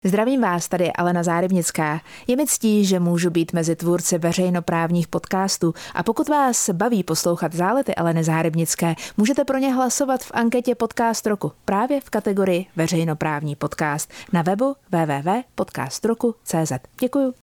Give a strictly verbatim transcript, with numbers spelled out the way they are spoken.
Zdravím vás, tady je Alena Zárybnická. Je mi ctí, že můžu být mezi tvůrci veřejnoprávních podcastů a pokud vás baví poslouchat zálety Aleny Zárybnické, můžete pro ně hlasovat v anketě Podcast roku právě v kategorii veřejnoprávní podcast na webu w w w tečka podcast roku tečka c z. Děkuju.